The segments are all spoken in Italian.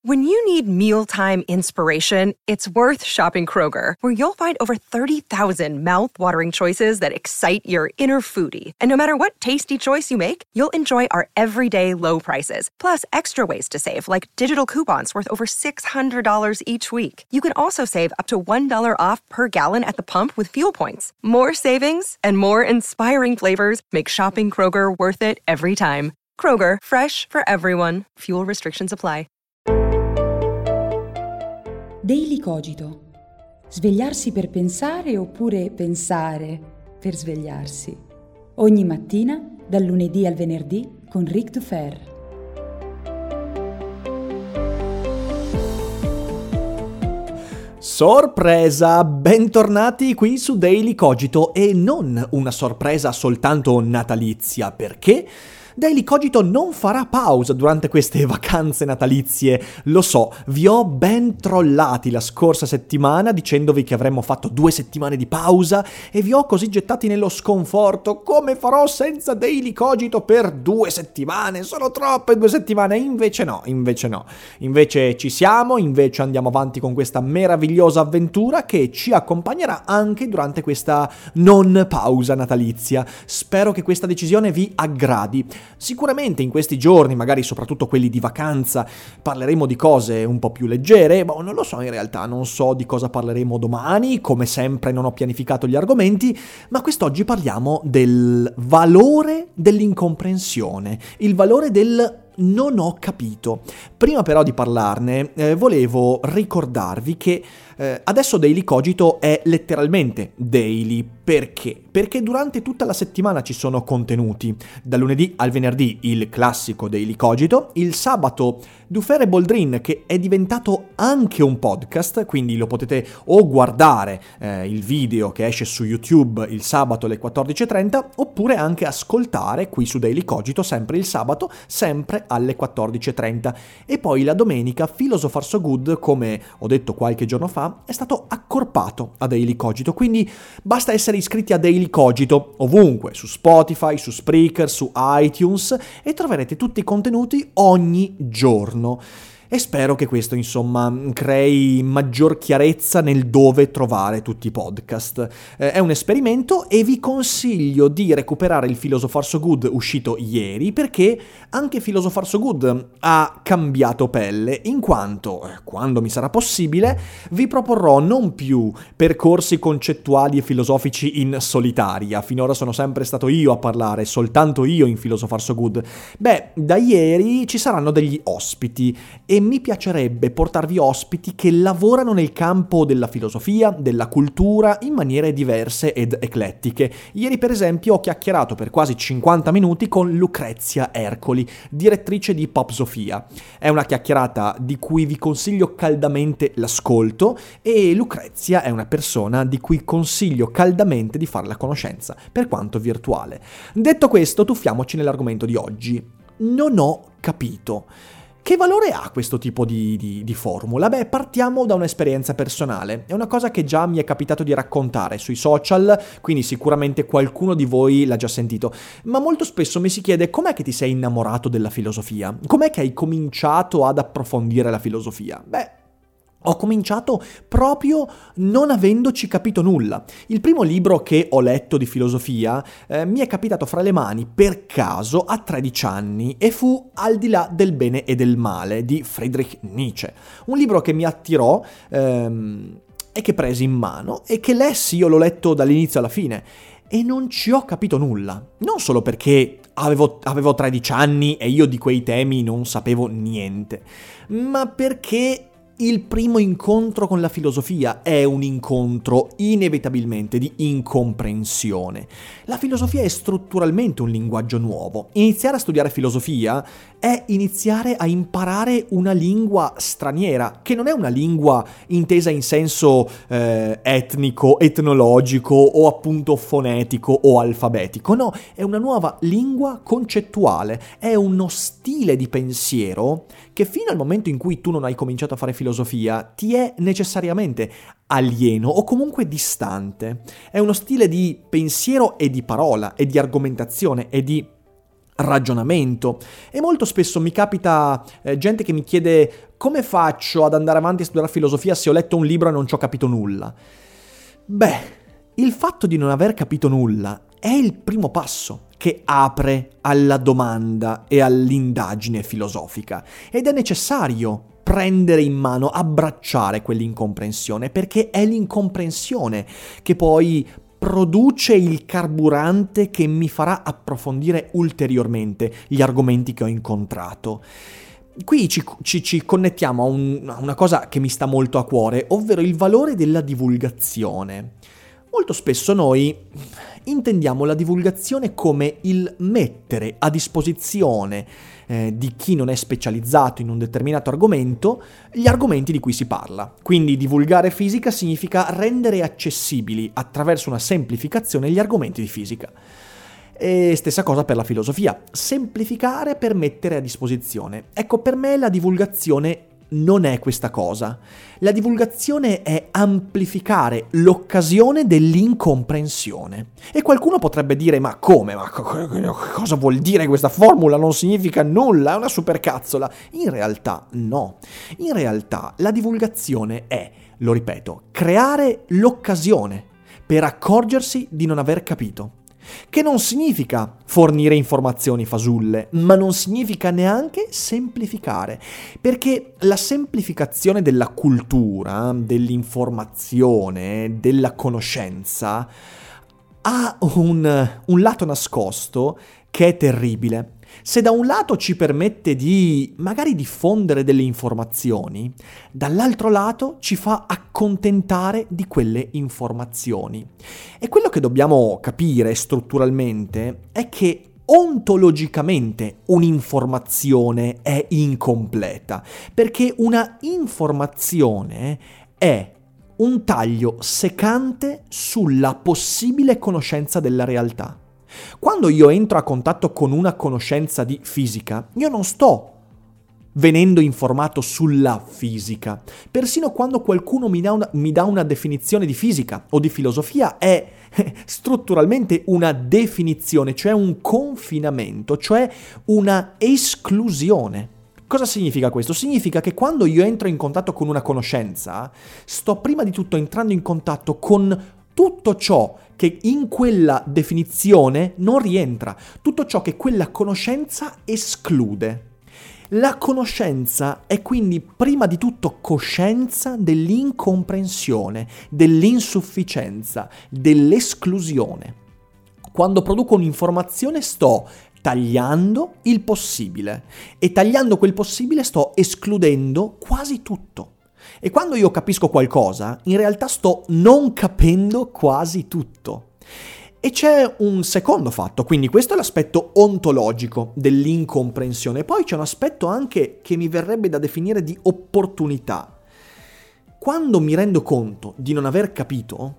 When you need mealtime inspiration, it's worth shopping Kroger, where you'll find over 30,000 mouth-watering choices that excite your inner foodie. And no matter what tasty choice you make, you'll enjoy our everyday low prices, plus extra ways to save, like digital coupons worth over $600 each week. You can also save up to $1 off per gallon at the pump with fuel points. More savings and more inspiring flavors make shopping Kroger worth it every time. Kroger, fresh for everyone. Fuel restrictions apply. Daily Cogito. Svegliarsi per pensare oppure pensare per svegliarsi. Ogni mattina, dal lunedì al venerdì, con Ric Dufer. Sorpresa! Bentornati qui su Daily Cogito, e non una sorpresa soltanto natalizia, perché Daily Cogito non farà pausa durante queste vacanze natalizie. Lo so, vi ho ben trollati la scorsa settimana dicendovi che avremmo fatto 2 settimane di pausa e vi ho così gettati nello sconforto. Come farò senza Daily Cogito per 2 settimane? Sono troppe 2 settimane. Invece no. Invece ci siamo, invece andiamo avanti con questa meravigliosa avventura che ci accompagnerà anche durante questa non pausa natalizia. Spero che questa decisione vi aggradi. Sicuramente in questi giorni, magari soprattutto quelli di vacanza, parleremo di cose un po' più leggere. Non lo so, in realtà non so di cosa parleremo domani, come sempre non ho pianificato gli argomenti, ma quest'oggi parliamo del valore dell'incomprensione, il valore del non ho capito. Prima però di parlarne, volevo ricordarvi che adesso Daily Cogito è letteralmente daily. Perché? Perché durante tutta la settimana ci sono contenuti. Dal lunedì al venerdì il classico Daily Cogito, il sabato Dufer e Boldrin, che è diventato anche un podcast, quindi lo potete o guardare il video che esce su YouTube il sabato alle 14.30, oppure anche ascoltare qui su Daily Cogito sempre il sabato, sempre alle 14.30. E poi la domenica Philosopher So Good, come ho detto qualche giorno fa, è stato accorpato a Daily Cogito, quindi basta essere iscritti a Daily Cogito ovunque, su Spotify, su Spreaker, su iTunes, e troverete tutti i contenuti ogni giorno. E spero che questo, insomma, crei maggior chiarezza nel dove trovare tutti i podcast. È un esperimento e vi consiglio di recuperare il Philosopher So Good uscito ieri, perché anche Philosopher So Good ha cambiato pelle, in quanto, quando mi sarà possibile, vi proporrò non più percorsi concettuali e filosofici in solitaria. Finora sono sempre stato io a parlare, soltanto io in Philosopher So Good. Da ieri ci saranno degli ospiti e mi piacerebbe portarvi ospiti che lavorano nel campo della filosofia, della cultura, in maniere diverse ed eclettiche. Ieri, per esempio, ho chiacchierato per quasi 50 minuti con Lucrezia Ercoli, direttrice di Popsofia. È una chiacchierata di cui vi consiglio caldamente l'ascolto, e Lucrezia è una persona di cui consiglio caldamente di fare la conoscenza, per quanto virtuale. Detto questo, tuffiamoci nell'argomento di oggi. Non ho capito. Che valore ha questo tipo di formula? Partiamo da un'esperienza personale. È una cosa che già mi è capitato di raccontare sui social, quindi sicuramente qualcuno di voi l'ha già sentito. Ma molto spesso mi si chiede: com'è che ti sei innamorato della filosofia? Com'è che hai cominciato ad approfondire la filosofia? Ho cominciato proprio non avendoci capito nulla. Il primo libro che ho letto di filosofia mi è capitato fra le mani per caso a 13 anni e fu Al di là del bene e del male di Friedrich Nietzsche. Un libro che mi attirò e che presi in mano e che lessi. Io l'ho letto dall'inizio alla fine e non ci ho capito nulla. Non solo perché avevo 13 anni e io di quei temi non sapevo niente, ma perché il primo incontro con la filosofia è un incontro inevitabilmente di incomprensione. La filosofia è strutturalmente un linguaggio nuovo. Iniziare a studiare filosofia è iniziare a imparare una lingua straniera, che non è una lingua intesa in senso etnico, etnologico o appunto fonetico o alfabetico. No, è una nuova lingua concettuale, è uno stile di pensiero che fino al momento in cui tu non hai cominciato a fare filosofia ti è necessariamente alieno o comunque distante. È uno stile di pensiero e di parola e di argomentazione e di ragionamento. E molto spesso mi capita gente che mi chiede: come faccio ad andare avanti a studiare filosofia se ho letto un libro e non ci ho capito nulla? Beh, il fatto di non aver capito nulla è il primo passo che apre alla domanda e all'indagine filosofica, ed è necessario prendere in mano, abbracciare quell'incomprensione, perché è l'incomprensione che poi produce il carburante che mi farà approfondire ulteriormente gli argomenti che ho incontrato. Qui ci connettiamo a una cosa che mi sta molto a cuore, ovvero il valore della divulgazione. Molto spesso noi intendiamo la divulgazione come il mettere a disposizione di chi non è specializzato in un determinato argomento gli argomenti di cui si parla. Quindi divulgare fisica significa rendere accessibili attraverso una semplificazione gli argomenti di fisica. E stessa cosa per la filosofia, semplificare per mettere a disposizione. Ecco, per me la divulgazione non è questa cosa. La divulgazione è amplificare l'occasione dell'incomprensione. E qualcuno potrebbe dire: ma come? Ma cosa vuol dire questa formula? Non significa nulla, è una supercazzola. In realtà no. In realtà la divulgazione è, lo ripeto, creare l'occasione per accorgersi di non aver capito. Che non significa fornire informazioni fasulle, ma non significa neanche semplificare, perché la semplificazione della cultura, dell'informazione, della conoscenza ha un lato nascosto che è terribile. Se da un lato ci permette di magari diffondere delle informazioni, dall'altro lato ci fa accontentare di quelle informazioni. E quello che dobbiamo capire strutturalmente è che ontologicamente un'informazione è incompleta, perché una informazione è un taglio secante sulla possibile conoscenza della realtà. Quando io entro a contatto con una conoscenza di fisica, io non sto venendo informato sulla fisica. Persino quando qualcuno mi dà una definizione di fisica o di filosofia, è strutturalmente una definizione, cioè un confinamento, cioè una esclusione. Cosa significa questo? Significa che quando io entro in contatto con una conoscenza, sto prima di tutto entrando in contatto con tutto ciò che in quella definizione non rientra, tutto ciò che quella conoscenza esclude. La conoscenza è quindi prima di tutto coscienza dell'incomprensione, dell'insufficienza, dell'esclusione. Quando produco un'informazione sto tagliando il possibile e tagliando quel possibile sto escludendo quasi tutto. E quando io capisco qualcosa, in realtà sto non capendo quasi tutto. E c'è un secondo fatto, quindi questo è l'aspetto ontologico dell'incomprensione. Poi c'è un aspetto anche che mi verrebbe da definire di opportunità. Quando mi rendo conto di non aver capito,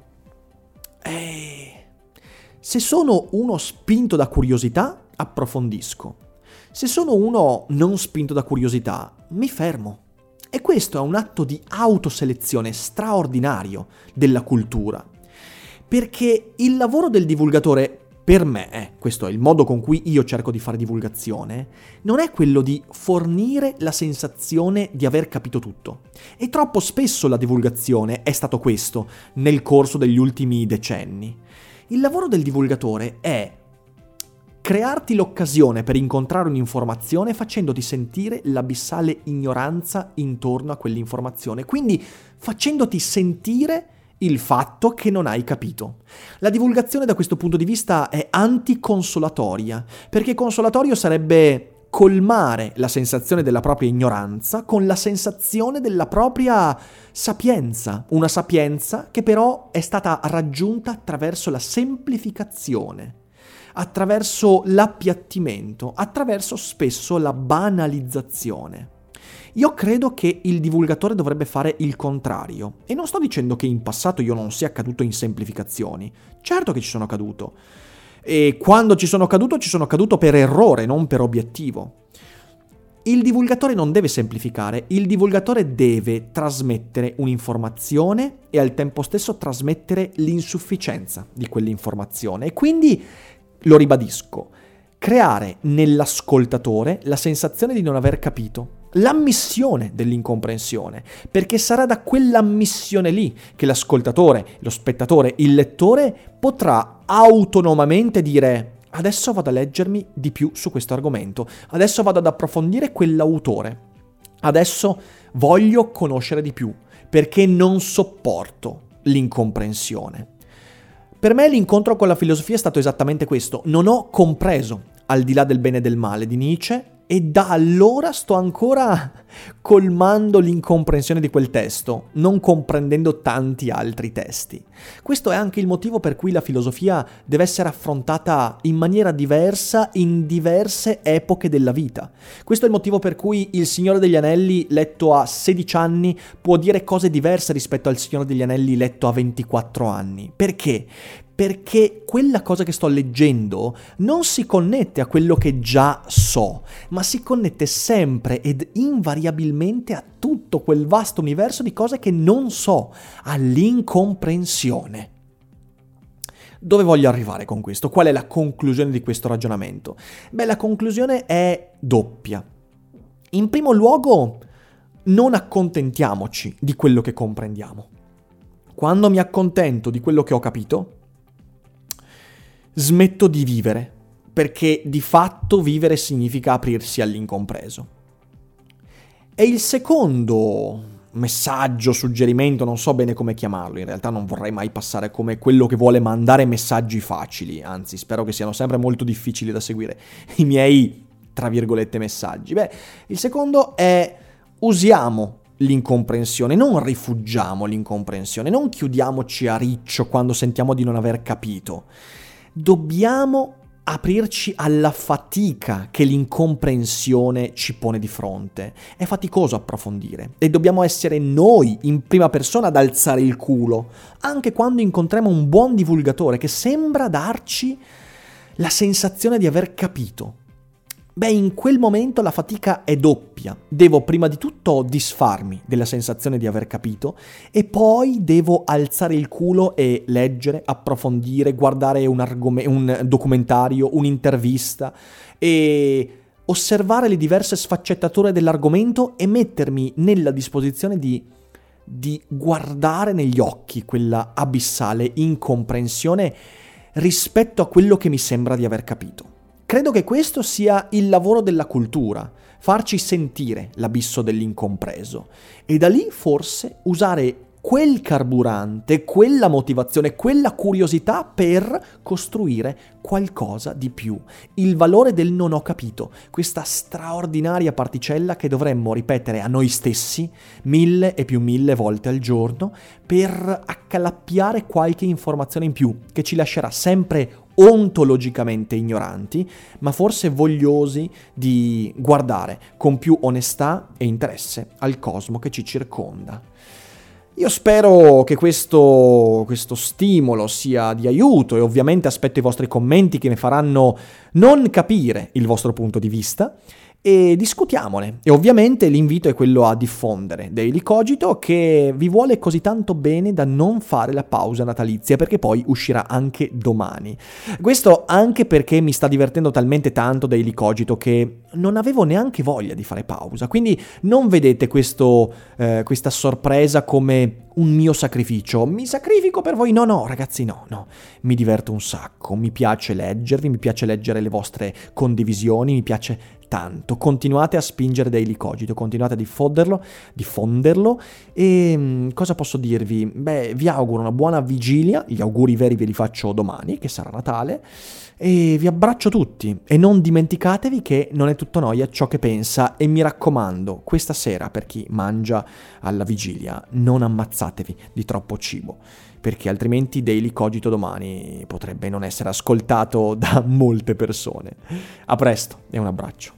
se sono uno spinto da curiosità, approfondisco. Se sono uno non spinto da curiosità, mi fermo. E questo è un atto di autoselezione straordinario della cultura, perché il lavoro del divulgatore, per me, questo è il modo con cui io cerco di fare divulgazione, non è quello di fornire la sensazione di aver capito tutto. E troppo spesso la divulgazione è stato questo nel corso degli ultimi decenni. Il lavoro del divulgatore è crearti l'occasione per incontrare un'informazione facendoti sentire l'abissale ignoranza intorno a quell'informazione, quindi facendoti sentire il fatto che non hai capito. La divulgazione da questo punto di vista è anticonsolatoria, perché consolatorio sarebbe colmare la sensazione della propria ignoranza con la sensazione della propria sapienza, una sapienza che però è stata raggiunta attraverso la semplificazione, attraverso l'appiattimento, attraverso spesso la banalizzazione. Io credo che il divulgatore dovrebbe fare il contrario, e non sto dicendo che in passato io non sia caduto in semplificazioni, certo che ci sono caduto, e quando ci sono caduto per errore, non per obiettivo. Il divulgatore non deve semplificare, il divulgatore deve trasmettere un'informazione e al tempo stesso trasmettere l'insufficienza di quell'informazione, e quindi lo ribadisco, creare nell'ascoltatore la sensazione di non aver capito, l'ammissione dell'incomprensione, perché sarà da quell'ammissione lì che l'ascoltatore, lo spettatore, il lettore potrà autonomamente dire: adesso vado a leggermi di più su questo argomento, adesso vado ad approfondire quell'autore, adesso voglio conoscere di più, perché non sopporto l'incomprensione. Per me l'incontro con la filosofia è stato esattamente questo. Non ho compreso Al di là del bene e del male di Nietzsche, e da allora sto ancora colmando l'incomprensione di quel testo, non comprendendo tanti altri testi. Questo è anche il motivo per cui la filosofia deve essere affrontata in maniera diversa in diverse epoche della vita. Questo è il motivo per cui Il Signore degli Anelli, letto a 16 anni, può dire cose diverse rispetto al Signore degli Anelli letto a 24 anni. Perché? Perché quella cosa che sto leggendo non si connette a quello che già so, ma si connette sempre ed invariabilmente a tutto quel vasto universo di cose che non so, all'incomprensione. Dove voglio arrivare con questo? Qual è la conclusione di questo ragionamento? Beh, la conclusione è doppia. In primo luogo, non accontentiamoci di quello che comprendiamo. Quando mi accontento di quello che ho capito, smetto di vivere, perché di fatto vivere significa aprirsi all'incompreso. E il secondo messaggio, suggerimento, non so bene come chiamarlo, in realtà non vorrei mai passare come quello che vuole mandare messaggi facili, anzi spero che siano sempre molto difficili da seguire i miei, tra virgolette, messaggi. Beh, il secondo è: usiamo l'incomprensione, non rifugiamo l'incomprensione, non chiudiamoci a riccio quando sentiamo di non aver capito. Dobbiamo aprirci alla fatica che l'incomprensione ci pone di fronte. È faticoso approfondire e dobbiamo essere noi in prima persona ad alzare il culo, anche quando incontriamo un buon divulgatore che sembra darci la sensazione di aver capito. Beh, in quel momento la fatica è doppia. Devo prima di tutto disfarmi della sensazione di aver capito e poi devo alzare il culo e leggere, approfondire, guardare un documentario, un'intervista e osservare le diverse sfaccettature dell'argomento e mettermi nella disposizione di guardare negli occhi quella abissale incomprensione rispetto a quello che mi sembra di aver capito. Credo che questo sia il lavoro della cultura, farci sentire l'abisso dell'incompreso e da lì forse usare quel carburante, quella motivazione, quella curiosità per costruire qualcosa di più. Il valore del non ho capito, questa straordinaria particella che dovremmo ripetere a noi stessi 1000 e più 1000 volte al giorno per accalappiare qualche informazione in più che ci lascerà sempre ontologicamente ignoranti, ma forse vogliosi di guardare con più onestà e interesse al cosmo che ci circonda. Io spero che questo stimolo sia di aiuto e ovviamente aspetto i vostri commenti che mi faranno non capire il vostro punto di vista e discutiamone. E ovviamente l'invito è quello a diffondere Daily Cogito, che vi vuole così tanto bene da non fare la pausa natalizia, perché poi uscirà anche domani. Questo anche perché mi sta divertendo talmente tanto Daily Cogito che non avevo neanche voglia di fare pausa. Quindi non vedete questa sorpresa come un mio sacrificio. Mi sacrifico per voi? No, ragazzi, no. Mi diverto un sacco, mi piace leggervi, mi piace leggere le vostre condivisioni, mi piace tanto. Continuate a spingere Daily Cogito, continuate a diffonderlo e cosa posso dirvi? Beh, vi auguro una buona vigilia, gli auguri veri ve li faccio domani, che sarà Natale, e vi abbraccio tutti e non dimenticatevi che non è tutto noia ciò che pensa e mi raccomando, questa sera per chi mangia alla vigilia non ammazzatevi di troppo cibo, perché altrimenti Daily Cogito domani potrebbe non essere ascoltato da molte persone. A presto e un abbraccio.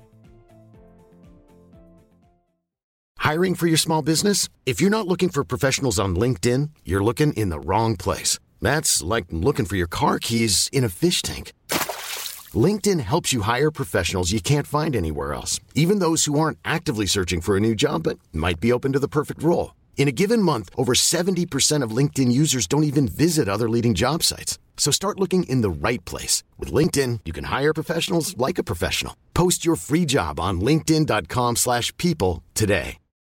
Hiring for your small business? If you're not looking for professionals on LinkedIn, you're looking in the wrong place. That's like looking for your car keys in a fish tank. LinkedIn helps you hire professionals you can't find anywhere else, even those who aren't actively searching for a new job but might be open to the perfect role. In a given month, over 70% of LinkedIn users don't even visit other leading job sites. So start looking in the right place. With LinkedIn, you can hire professionals like a professional. Post your free job on linkedin.com/people today.